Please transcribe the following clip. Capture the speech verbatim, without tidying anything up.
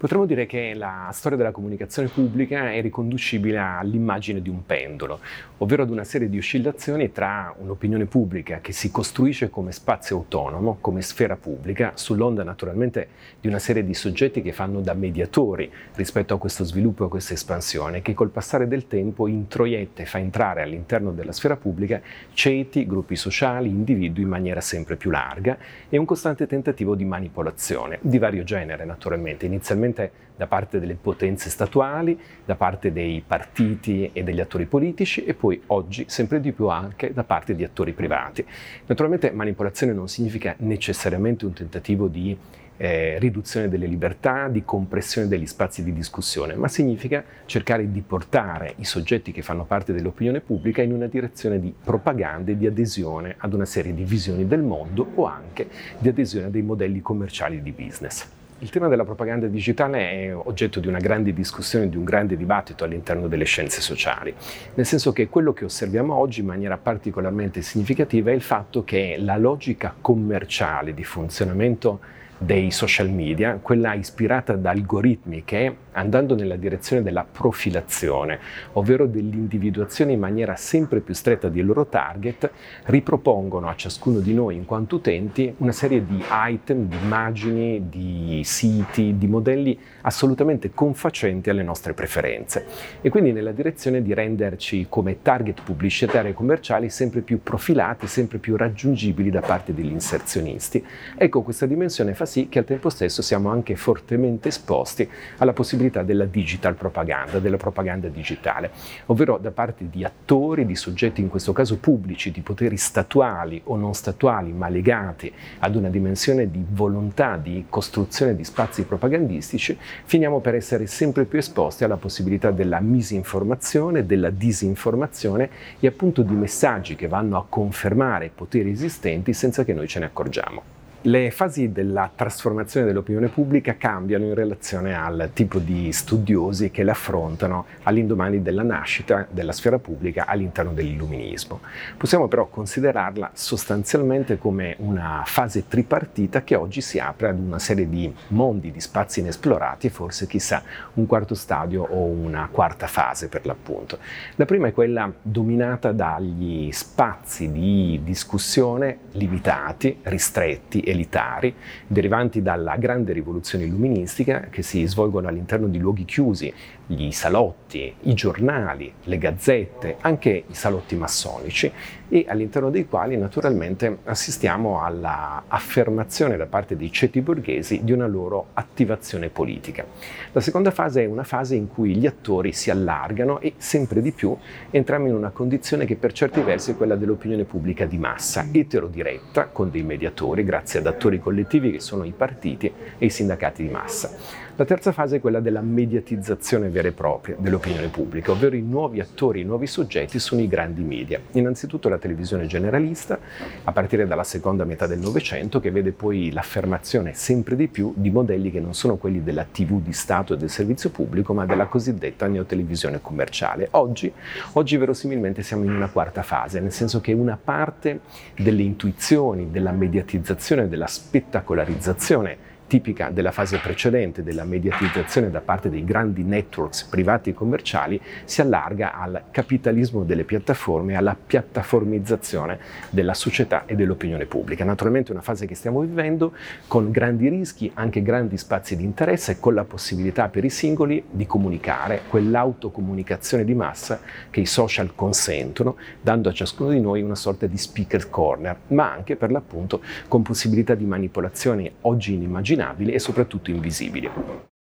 Potremmo dire che la storia della comunicazione pubblica è riconducibile all'immagine di un pendolo, ovvero ad una serie di oscillazioni tra un'opinione pubblica che si costruisce come spazio autonomo, come sfera pubblica, sull'onda naturalmente di una serie di soggetti che fanno da mediatori rispetto a questo sviluppo e a questa espansione, che col passare del tempo introietta e fa entrare all'interno della sfera pubblica ceti, gruppi sociali, individui in maniera sempre più larga e un costante tentativo di manipolazione, di vario genere naturalmente, inizialmente da parte delle potenze statuali, da parte dei partiti e degli attori politici e poi oggi sempre di più anche da parte di attori privati. Naturalmente manipolazione non significa necessariamente un tentativo di eh, riduzione delle libertà, di compressione degli spazi di discussione, ma significa cercare di portare i soggetti che fanno parte dell'opinione pubblica in una direzione di propaganda e di adesione ad una serie di visioni del mondo o anche di adesione a dei modelli commerciali di business. Il tema della propaganda digitale è oggetto di una grande discussione, di un grande dibattito all'interno delle scienze sociali, nel senso che quello che osserviamo oggi in maniera particolarmente significativa è il fatto che la logica commerciale di funzionamento dei social media, quella ispirata da algoritmi che andando nella direzione della profilazione, ovvero dell'individuazione in maniera sempre più stretta del loro target, ripropongono a ciascuno di noi in quanto utenti una serie di item, di immagini, di siti, di modelli assolutamente confacenti alle nostre preferenze e quindi nella direzione di renderci come target pubblicitari e commerciali sempre più profilati, sempre più raggiungibili da parte degli inserzionisti. Ecco, questa dimensione fa sì che al tempo stesso siamo anche fortemente esposti alla possibilità della digital propaganda, della propaganda digitale, ovvero da parte di attori, di soggetti in questo caso pubblici, di poteri statuali o non statuali, ma legati ad una dimensione di volontà di costruzione di spazi propagandistici, finiamo per essere sempre più esposti alla possibilità della misinformazione, della disinformazione e appunto di messaggi che vanno a confermare poteri esistenti senza che noi ce ne accorgiamo. Le fasi della trasformazione dell'opinione pubblica cambiano in relazione al tipo di studiosi che le affrontano all'indomani della nascita della sfera pubblica all'interno dell'illuminismo. Possiamo però considerarla sostanzialmente come una fase tripartita che oggi si apre ad una serie di mondi, di spazi inesplorati e forse chissà un quarto stadio o una quarta fase per l'appunto. La prima è quella dominata dagli spazi di discussione limitati, ristretti, elitari, derivanti dalla grande rivoluzione illuministica che si svolgono all'interno di luoghi chiusi, gli salotti, i giornali, le gazzette, anche i salotti massonici e all'interno dei quali naturalmente assistiamo alla affermazione da parte dei ceti borghesi di una loro attivazione politica. La seconda fase è una fase in cui gli attori si allargano e sempre di più entriamo in una condizione che per certi versi è quella dell'opinione pubblica di massa, eterodiretta, con dei mediatori grazie ad attori collettivi che sono i partiti e i sindacati di massa. La terza fase è quella della mediatizzazione vera e propria dell'opinione pubblica, ovvero i nuovi attori, i nuovi soggetti sono i grandi media. Innanzitutto la televisione generalista, a partire dalla seconda metà del Novecento, che vede poi l'affermazione sempre di più di modelli che non sono quelli della tivù di Stato e del servizio pubblico, ma della cosiddetta neotelevisione commerciale. Oggi, oggi verosimilmente siamo in una quarta fase, nel senso che una parte delle intuizioni, della mediatizzazione, della spettacolarizzazione tipica della fase precedente della mediatizzazione da parte dei grandi networks privati e commerciali si allarga al capitalismo delle piattaforme e alla piattaformizzazione della società e dell'opinione pubblica. Naturalmente una fase che stiamo vivendo con grandi rischi, anche grandi spazi di interesse e con la possibilità per i singoli di comunicare, quell'autocomunicazione di massa che i social consentono, dando a ciascuno di noi una sorta di speaker corner, ma anche per l'appunto con possibilità di manipolazione oggi inimmaginabili e soprattutto invisibili.